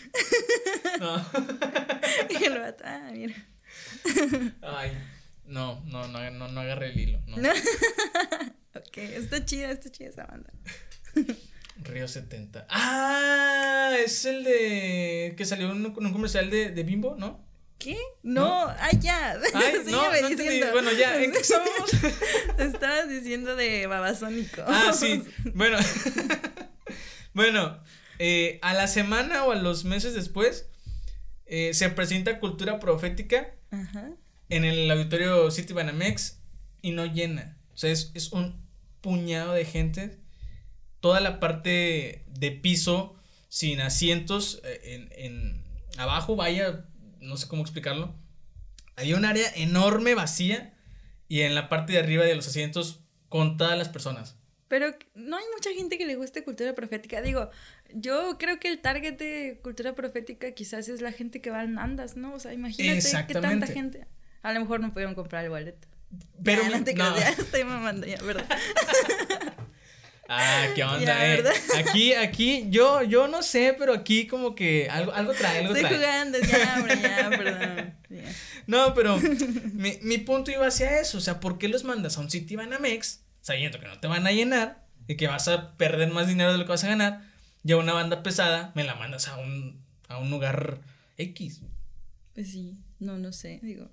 No. Y el vato, mira. Ay, no agarré el hilo. No. Ok, está chida esa banda. Río 70. Es el de que salió en un comercial de Bimbo, ¿no? ¿Qué? No, ya. No diciendo. Bueno, ya, ¿en qué estábamos? Estabas diciendo de Babasónico. Sí. Bueno. Bueno, a la semana o a los meses después se presenta Cultura Profética. Ajá. En el auditorio City Banamex y no llena. O sea, es un puñado de gente. Toda la parte de piso sin asientos en abajo, vaya, no sé cómo explicarlo. Hay un área enorme vacía y en la parte de arriba de los asientos con todas las personas. Pero no hay mucha gente que le guste Cultura Profética. Digo, yo creo que el target de Cultura Profética quizás es la gente que va en andas, ¿no? O sea, imagínate qué tanta gente. A lo mejor no pudieron comprar el boleto. Pero ya estoy mamando ya, ¿verdad? ¿Qué onda, Aquí, yo no sé, pero aquí como que algo trae. Estoy jugando, ya, perdón. Ya. No, pero mi punto iba hacia eso. O sea, ¿por qué los mandas a un City Banamex sabiendo que no te van a llenar y que vas a perder más dinero de lo que vas a ganar? Y a una banda pesada me la mandas a un lugar X. Pues sí, no sé, digo.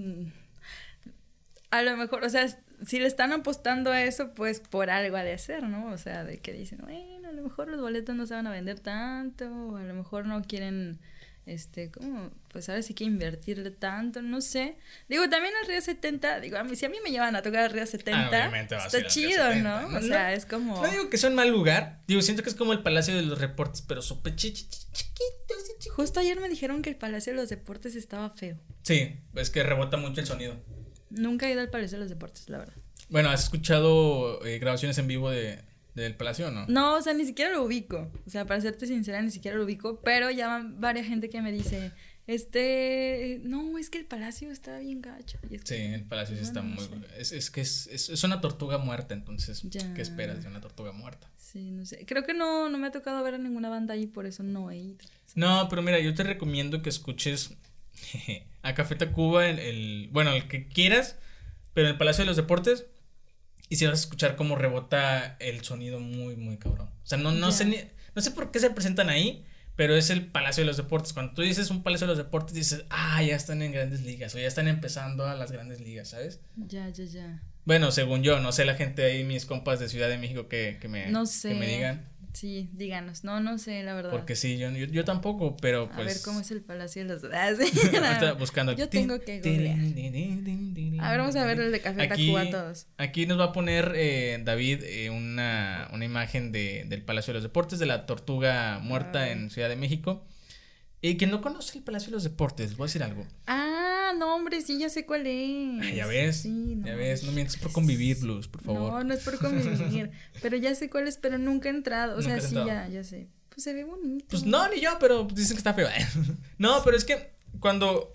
A lo mejor, o sea, si le están apostando a eso, pues por algo ha de ser, ¿no? O sea, de que dicen, bueno, a lo mejor los boletos no se van a vender tanto, o a lo mejor no quieren, ¿cómo? Pues ahora sí que invertirle tanto, no sé. Digo, también el Río 70, digo, si a mí me llevan a tocar el Río 70, está chido, ¿no? O sea, es como... No digo que sea un mal lugar, digo, siento que es como el Palacio de los Deportes, pero súper chiquito. Justo ayer me dijeron que el Palacio de los Deportes estaba feo. Sí, es que rebota mucho el sonido. Nunca he ido al Palacio de los Deportes, la verdad. Bueno, ¿has escuchado grabaciones en vivo del Palacio o no? No, o sea, ni siquiera lo ubico. O sea, para serte sincera, ni siquiera lo ubico. Pero ya van varias gente que me dice, no, es que el Palacio está bien gacho. Sí, el Palacio sí está muy... Es que es una tortuga muerta, entonces, ya. ¿Qué esperas de una tortuga muerta? Sí, no sé. Creo que no me ha tocado ver a ninguna banda ahí, por eso no he ido. No, pero mira, yo te recomiendo que escuches a Café Tacuba, el que quieras, pero en el Palacio de los Deportes, y si vas a escuchar cómo rebota el sonido muy, muy cabrón. O sea, no sé por qué se presentan ahí, pero es el Palacio de los Deportes. Cuando tú dices un Palacio de los Deportes, dices, ya están en grandes ligas, o ya están empezando a las grandes ligas, ¿sabes? Ya. Bueno, según yo, no sé la gente ahí, mis compas de Ciudad de México que me digan. Sí, díganos. No sé, la verdad. Porque sí, yo tampoco, pero pues... A ver cómo es el Palacio de los... Ahorita buscando. Yo tengo que googlear. A ver, vamos a ver el de Café Tacuba todos. Aquí nos va a poner David una imagen del Palacio de los Deportes, de la tortuga muerta en Ciudad de México. Y quien no conoce el Palacio de los Deportes, voy a decir algo. no, hombre, sí, ya sé cuál es. Ay, ya ves, Sí, no. ya ves, no mientes por convivir, Blues, por favor. No, no es por convivir, pero ya sé cuál es, pero nunca he entrado. O sea, ¿Nunca has sí, entrado? ya sé. Pues se ve bonito. Pues no, ni yo, pero dicen que está feo. No, pero es que cuando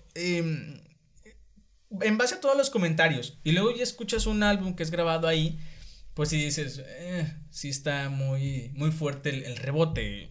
en base a todos los comentarios y luego ya escuchas un álbum que es grabado ahí, pues sí dices, sí está muy, muy fuerte el rebote.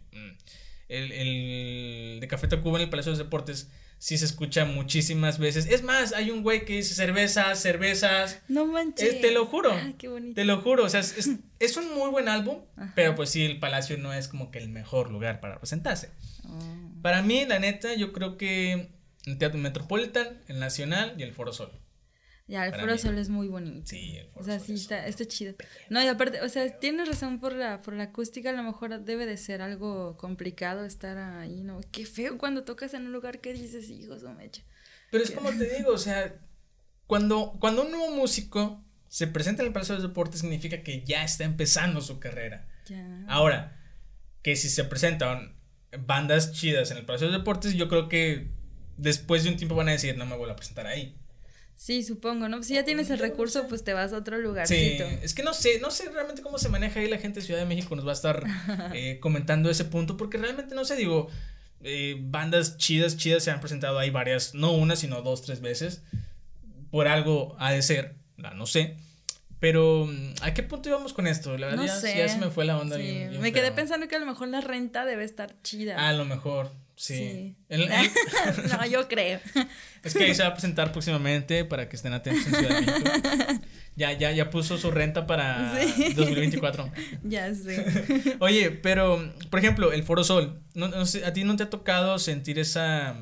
El de Café Tacuba en el Palacio de los Deportes sí se escucha muchísimas veces. Es más, hay un güey que dice cervezas. No manches. Te lo juro. Ay, qué bonito. Te lo juro. O sea, es un muy buen álbum, Ajá. pero pues sí, el Palacio no es como que el mejor lugar para presentarse. Oh. Para mí, la neta, yo creo que el Teatro Metropolitan, el Nacional y el Foro Sol. Ya, el Para Foro mí. Sol es muy bonito. Sí, el Foro O sea, Sol sí, es está chido. No, y aparte, o sea, tienes razón por la acústica, a lo mejor debe de ser algo complicado estar ahí, ¿no? Qué feo cuando tocas en un lugar que dices, hijos, o mecha. Pero es como te digo, o sea, cuando un nuevo músico se presenta en el Palacio de los Deportes significa que ya está empezando su carrera. Ya. Ahora, que si se presentan bandas chidas en el Palacio de los Deportes, yo creo que después de un tiempo van a decir, no me vuelvo a presentar ahí. Sí, supongo, ¿no? Si ya tienes el recurso, pues te vas a otro Sí, lugarcito. es que no sé realmente cómo se maneja ahí la gente de Ciudad de México, nos va a estar comentando ese punto, porque realmente no sé, digo, bandas chidas se han presentado ahí varias, no una, sino 2, 3 veces, por algo ha de ser, no sé, pero ¿a qué punto íbamos con esto? La verdad No ya, sé. ya se me fue la onda Sí, bien me quedé feo. pensando que a lo mejor la renta debe estar chida. A lo mejor, sí. No, yo creo. Es que ahí se va a presentar próximamente para que estén atentos en Ciudad de México. Ya puso su renta para Sí. 2024. Ya sé. Oye, pero, por ejemplo, el Foro Sol, no sé, ¿a ti no te ha tocado sentir esa,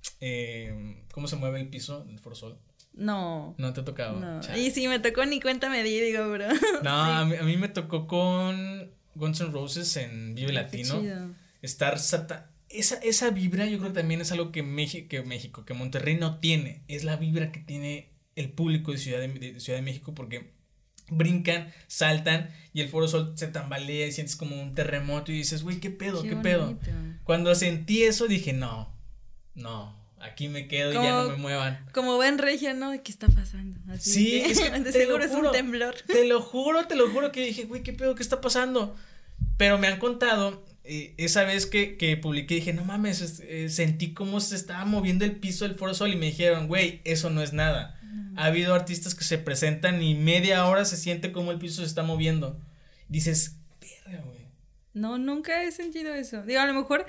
cómo se mueve el piso del Foro Sol? No. No te ha tocado. No. Chale. Y si me tocó ni cuenta me di, digo, bro. No, Sí. a mí me tocó con Guns N' Roses en Vive Qué Latino. chido. Estar esa vibra yo creo que también es algo que que Monterrey no tiene. Es la vibra que tiene el público de Ciudad de México, porque brincan, saltan y el Foro Sol se tambalea y sientes como un terremoto y dices, güey, ¿qué pedo? ¿Qué pedo? bonito. Cuando sentí eso dije, no, aquí me quedo y ya no me muevan. Como buen regio, ¿no? ¿Qué está pasando? Así Sí, que, es que de te seguro lo es juro, un temblor. Te lo juro que dije, güey, ¿qué pedo? ¿Qué está pasando? Pero me han contado, esa vez que publiqué, dije, no mames, sentí cómo se estaba moviendo el piso del Foro Sol y me dijeron, güey, eso no es nada. Ha habido artistas que se presentan y media hora se siente como el piso se está moviendo. Dices, verga, güey. No, nunca he sentido eso. Digo, a lo mejor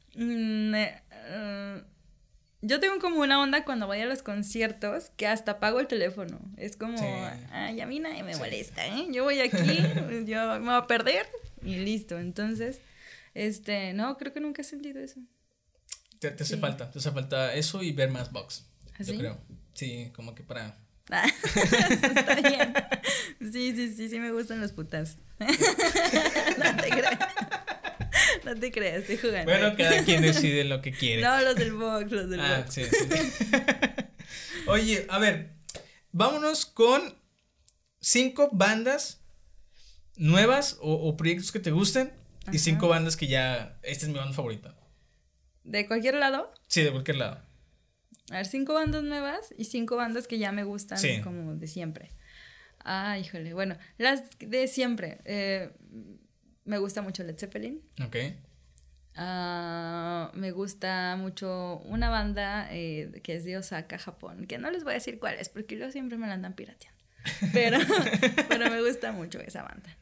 yo tengo como una onda cuando voy a los conciertos que hasta apago el teléfono. Es como, Sí. ay, a mí nadie me Sí. molesta, ¿eh? Yo voy aquí, yo me voy a perder y listo. Entonces, no, creo que nunca he sentido eso. Te hace Sí. falta eso y ver más box. ¿Ah, Yo sí? creo. Sí, como que para. Ah, está bien. Sí me gustan los putas. No te creas. No te creas, estoy jugando. Bueno, cada quien decide lo que quiere. No, los del box. Sí. Oye, a ver, vámonos con 5 bandas nuevas o proyectos que te gusten. Ajá. Y 5 bandas que ya, esta es mi banda favorita. ¿De cualquier lado? Sí, de cualquier lado. A ver, 5 bandas nuevas y 5 bandas que ya me gustan, Sí. como de siempre. Ah, híjole, bueno, las de siempre. Me gusta mucho Led Zeppelin. Ok. Me gusta mucho una banda que es de Osaka, Japón, que no les voy a decir cuál es porque luego siempre me la andan pirateando. Pero me gusta mucho esa banda.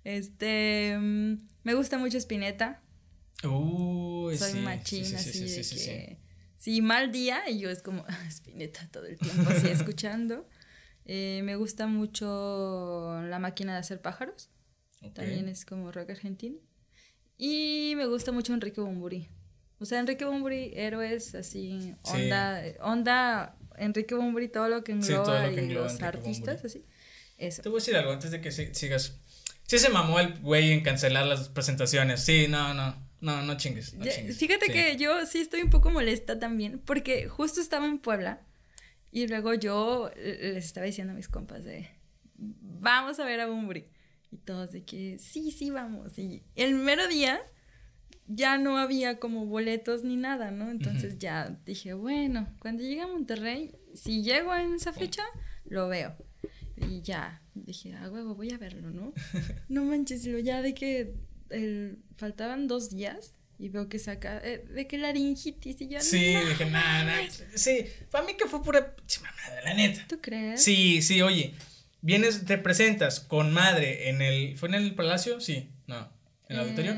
Me gusta mucho Spinetta. Uy, Soy sí. machín, Sí. así de que sí, mal día y yo es como Spinetta todo el tiempo así escuchando. Me gusta mucho La Máquina de Hacer Pájaros. Ok. También es como rock argentino. Y me gusta mucho Enrique Bunbury. O sea, Enrique Bunbury, Héroes, así, onda Enrique Bunbury, todo lo que engloba, todo lo que y engloba los Enrique artistas, Bunbury. así. Eso. Te voy a decir algo antes de que sigas. Sí se mamó el güey en cancelar las presentaciones. Sí, no chingues. No chingues. Fíjate Sí. que yo sí estoy un poco molesta también, porque justo estaba en Puebla y luego yo les estaba diciendo a mis compas de, vamos a ver a Bunbury. Y todos de que, sí, vamos. Y el mero día ya no había como boletos ni nada, ¿no? Entonces ya dije, bueno, cuando llegue a Monterrey, si llego en esa fecha, lo veo. Y ya, dije, huevo, voy a verlo, ¿no? No manches, lo ya de que faltaban 2 días y veo que saca, de que laringitis y yo, sí, dije, nada, sí, para mí que fue pura mamada, la neta. ¿Tú crees? Sí, oye, vienes, te presentas con madre ¿fue en el Palacio? Sí, no, ¿en el auditorio?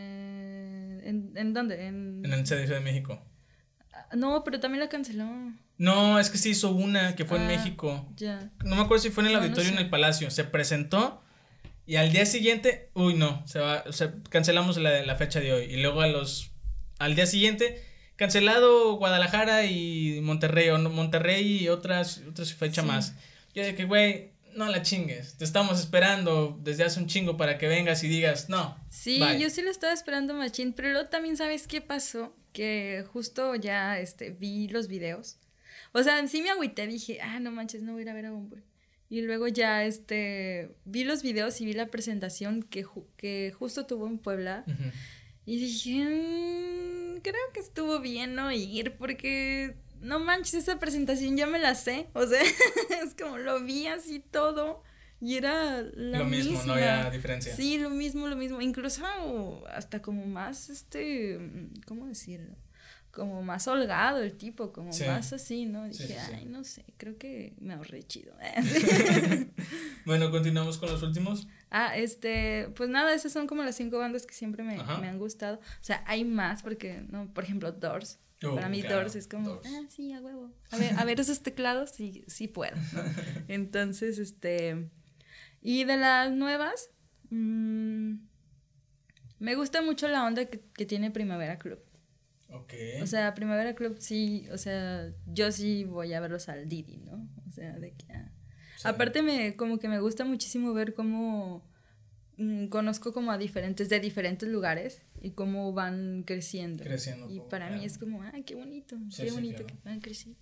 ¿En dónde? En el CDC de México. No, pero también la canceló. No, es que se hizo una que fue en México. Ya. No me acuerdo si fue en el auditorio o no sé. en el Palacio. Se presentó y al día siguiente, cancelamos la fecha de hoy. Y luego al día siguiente, cancelado Guadalajara y Monterrey, o Monterrey y otra fecha más. Yo dije que, güey, no la chingues. Te estamos esperando desde hace un chingo para que vengas y digas, no. Sí, bye. Yo sí lo estaba esperando machín, pero luego también, ¿sabes qué pasó? Que justo ya vi los videos. O sea, sí me agüité, dije, no manches, no voy a ir a ver a Bumble. Y luego ya vi los videos y vi la presentación que justo tuvo en Puebla. Uh-huh. Y dije, creo que estuvo bien no ir, porque no manches, esa presentación ya me la sé. O sea, es como lo vi así todo. Y era lo mismo, misma. No había diferencia. Sí, lo mismo. Incluso hasta como más, ¿cómo decirlo? Como más holgado el tipo, como más así, ¿no? Dije, sí. No sé, creo que me ahorré chido. Bueno, continuamos con los últimos. Pues nada, esas son como las 5 bandas que siempre me han gustado. O sea, hay más porque, no, por ejemplo, Doors. Para mí claro, Doors es como, Doors. Sí, a huevo. A ver esos teclados, sí puedo, ¿no? Entonces, y de las nuevas, me gusta mucho la onda que tiene Primavera Club. Okay. O sea, Primavera Club sí, o sea, yo sí voy a verlos al Didi, ¿no? O sea, de que... Sí. Aparte como que me gusta muchísimo ver cómo conozco como de diferentes lugares y cómo van creciendo. Y para mí es como, qué bonito, qué bonito claro. Que van creciendo.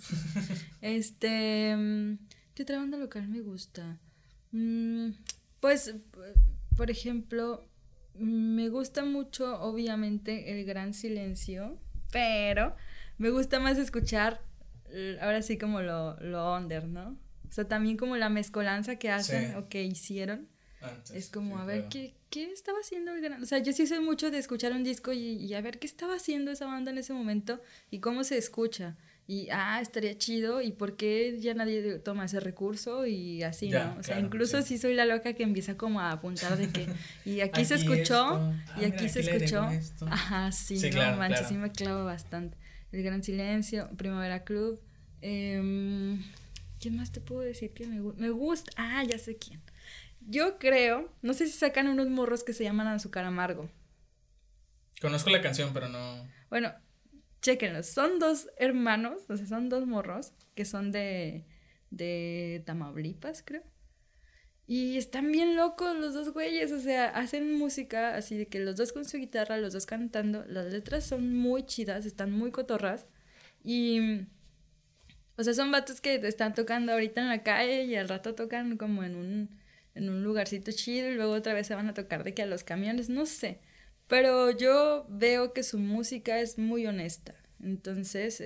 ¿Qué otra banda local me gusta? Pues, por ejemplo... Me gusta mucho, obviamente, El Gran Silencio, pero me gusta más escuchar, ahora sí como lo under, ¿no? O sea, también como la mezcolanza que hacen o que hicieron. Antes, es como, a ver, claro. ¿qué estaba haciendo el gran...? O sea, yo sí soy mucho de escuchar un disco y a ver qué estaba haciendo esa banda en ese momento y cómo se escucha. Y, estaría chido, y por qué ya nadie toma ese recurso y así, ya, ¿no? O sea, claro, incluso sí soy la loca que empieza como a apuntar de que, y aquí se escuchó, y aquí se escuchó. Ajá, sí, no claro, manches, claro. Sí me clavo bastante. El Gran Silencio, Primavera Club. ¿Quién más te puedo decir que me gusta? Ya sé quién. Yo creo, no sé si sacan unos morros que se llaman Azúcar Amargo. Conozco la canción, pero no... Bueno, chéquenlos, son 2 hermanos, o sea, son 2 morros que son de Tamaulipas, creo. Y están bien locos los 2 güeyes, o sea, hacen música así de que los 2 con su guitarra, los 2 cantando, las letras son muy chidas, están muy cotorras. Y, o sea, son vatos que están tocando ahorita en la calle y al rato tocan como en un lugarcito chido y luego otra vez se van a tocar de que a los camiones, no sé. Pero yo veo que su música es muy honesta. Entonces,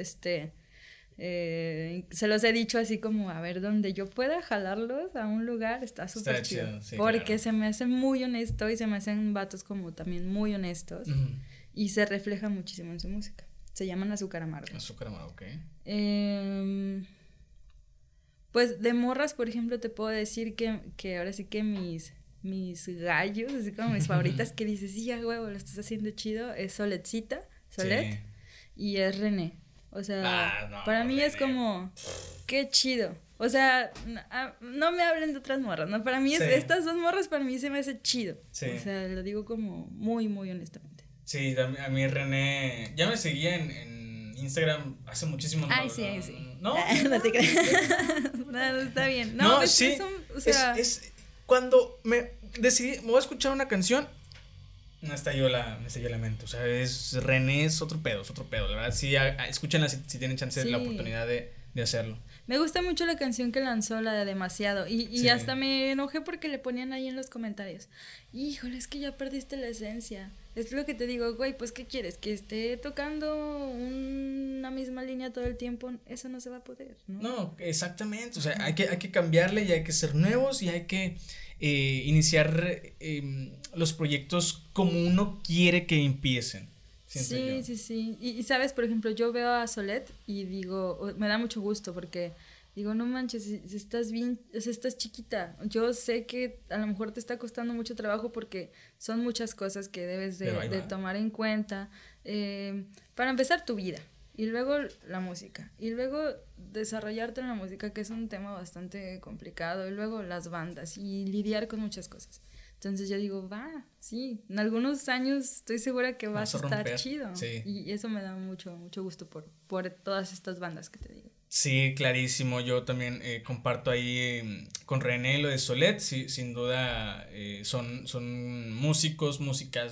se los he dicho así como, a ver, donde yo pueda jalarlos a un lugar, está súper chido. Sí, porque claro. Se me hace muy honesto y se me hacen vatos como también muy honestos. Uh-huh. Y se refleja muchísimo en su música. Se llaman Azúcar Amargo. Azúcar Amargo, ok. Pues de morras, por ejemplo, te puedo decir que ahora sí que mis gallos, así como mis favoritas, que dices, sí, huevo, lo estás haciendo chido, es Solet, sí. Y es René. O sea, para mí René. Es como, qué chido. O sea, no me hablen de otras morras, ¿no? Para mí estas 2 morras, para mí se me hace chido. Sí. O sea, lo digo como muy, muy honestamente. Sí, a mí René, ya me seguía en Instagram hace muchísimo tiempo. Sí. No, no te creas. No, está bien. No, sí. O sea, es cuando me decidí, me voy a escuchar una canción, me estalló la mente. O sea, René es otro pedo, la verdad. Sí, escúchenla si tienen chance, la oportunidad de de hacerlo. Me gusta mucho la canción que lanzó, la de Demasiado. Y Sí. hasta me enojé porque le ponían ahí en los comentarios. Híjole, es que ya perdiste la esencia. Es lo que te digo, güey, pues ¿qué quieres? Que esté tocando una misma línea todo el tiempo. Eso no se va a poder, ¿no? No, exactamente. O sea, hay que cambiarle y hay que ser nuevos y hay que iniciar los proyectos como uno quiere que empiecen. Sí. Y sabes, por ejemplo, yo veo a Solet y digo, me da mucho gusto porque digo, no manches, si estás bien, o sea, estás chiquita. Yo sé que a lo mejor te está costando mucho trabajo porque son muchas cosas que debes de tomar en cuenta. Para empezar, tu vida. Y luego la música. Y luego desarrollarte en la música, que es un tema bastante complicado. Y luego las bandas y lidiar con muchas cosas. Entonces yo digo, sí, en algunos años estoy segura que vas a estar chido. Sí. Y eso me da mucho gusto por todas estas bandas que te digo. Sí, clarísimo. Yo también comparto ahí con René lo de Solet. Sí, sin duda son músicas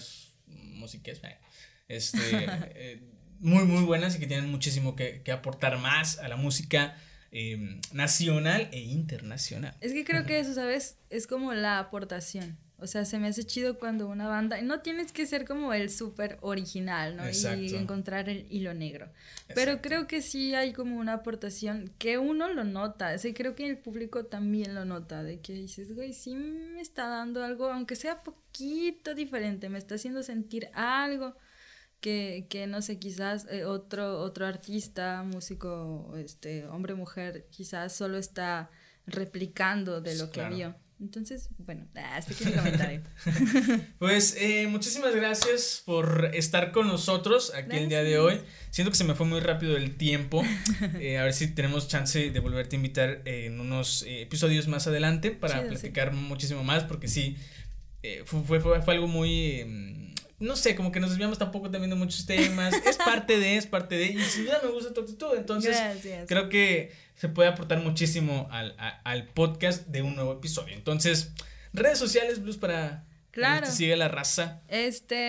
muy, muy buenas y que tienen muchísimo que aportar más a la música nacional e internacional. Es que creo que eso, ¿sabes? Es como la aportación. O sea, se me hace chido cuando una banda... No tienes que ser como el súper original, ¿no? Exacto. Y encontrar el hilo negro. Pero Exacto. creo que sí hay como una aportación que uno lo nota. O sea, creo que el público también lo nota. De que dices, güey, sí me está dando algo, aunque sea poquito diferente. Me está haciendo sentir algo que no sé, quizás otro artista, músico, hombre, mujer, quizás solo está replicando de lo que vio. Entonces, bueno, hasta aquí mi comentario. Pues muchísimas gracias por estar con nosotros aquí el día de hoy. Siento que se me fue muy rápido el tiempo. A ver si tenemos chance de volverte a invitar en unos episodios más adelante para platicar muchísimo más, porque sí, fue algo muy... no sé, como que nos desviamos tampoco también de muchos temas. Es parte de, y sin duda me gusta tu actitud. Entonces, creo que se puede aportar muchísimo al podcast de un nuevo episodio. Entonces, redes sociales, Blues, para que te siga la raza. Estoy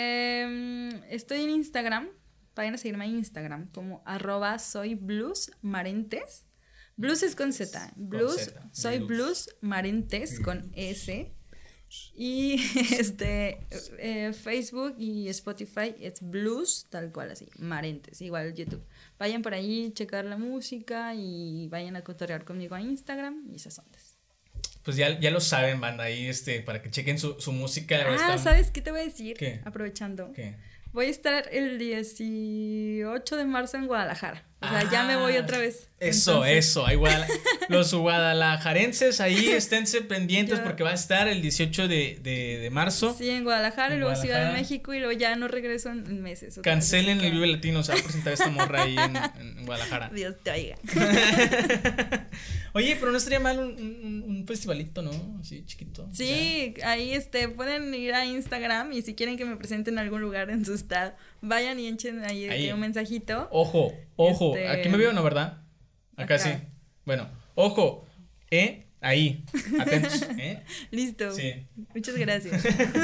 en Instagram. Vayan a seguirme en Instagram como @soybluesmarentes. Blues es con Z. Blues, soy Blues Marentes con S. Y Facebook y Spotify es Blues, tal cual así, Marentes, igual YouTube. Vayan por ahí, checar la música y vayan a cotorrear conmigo a Instagram y esas ondas. Pues ya lo saben, banda, ahí para que chequen su música. ¿Sabes qué te voy a decir? ¿Qué? Aprovechando. ¿Qué? Voy a estar el 18 de marzo en Guadalajara. O sea, ya me voy otra vez. Eso, ahí los guadalajarenses ahí esténse pendientes porque va a estar el 18 de marzo. Sí, en Guadalajara y luego Ciudad de México y luego ya no regreso en meses. Cancelen el Vive Latino, se va a presentar esta morra ahí en Guadalajara. Dios te oiga. Oye, pero no estaría mal un festivalito, ¿no? Así chiquito. Sí, ahí pueden ir a Instagram y si quieren que me presenten en algún lugar en su estado, vayan y echen ahí un mensajito. Ojo, aquí me veo, ¿no, verdad? Acá sí. Bueno, ojo, ahí, atentos, Listo. Sí. Muchas gracias.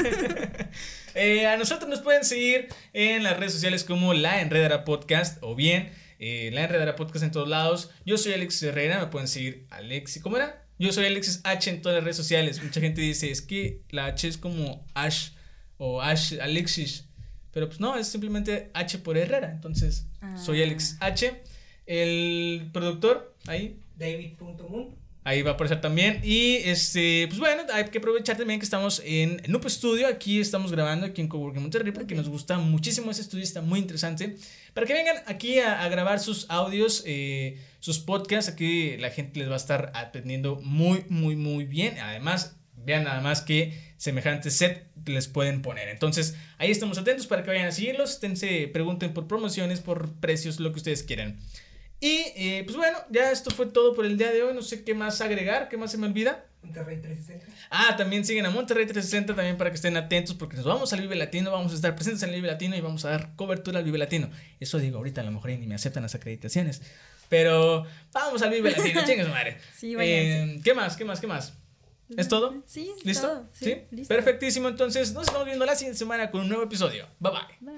A nosotros nos pueden seguir en las redes sociales como La Enredadera Podcast o bien La Enredadera Podcast en todos lados. Yo soy Alexis Herrera, me pueden seguir ¿cómo era? Yo soy Alexis H en todas las redes sociales. Mucha gente dice, es que la H es como Ash o Ash Alexis, pero pues no, es simplemente H por Herrera. Entonces, soy Alexis H. El productor, ahí David.moon. Ahí va a aparecer también. Y pues bueno, hay que aprovechar también que estamos en Nupo Studio. Aquí estamos grabando aquí en Coworking Monterrey porque nos gusta muchísimo ese estudio, está muy interesante. Para que vengan aquí a grabar sus audios, sus podcasts. Aquí la gente les va a estar atendiendo muy, muy, muy bien. Además, vean nada más que semejante set les pueden poner. Entonces, ahí estamos atentos para que vayan a seguirlos. Pregunten por promociones, por precios, lo que ustedes quieran. Y pues bueno, ya esto fue todo por el día de hoy. No sé qué más agregar, qué más se me olvida. Monterrey 360. También siguen a Monterrey 360 también para que estén atentos porque nos vamos al Vive Latino, vamos a estar presentes en el Vive Latino y vamos a dar cobertura al Vive Latino. Eso digo, ahorita a lo mejor ni me aceptan las acreditaciones, pero vamos al Vive Latino, chingue su madre. Sí, ¿Qué más? ¿Es todo? Sí, ¿listo? todo. Sí, listo. Perfectísimo, entonces nos estamos viendo la siguiente semana con un nuevo episodio. Bye bye.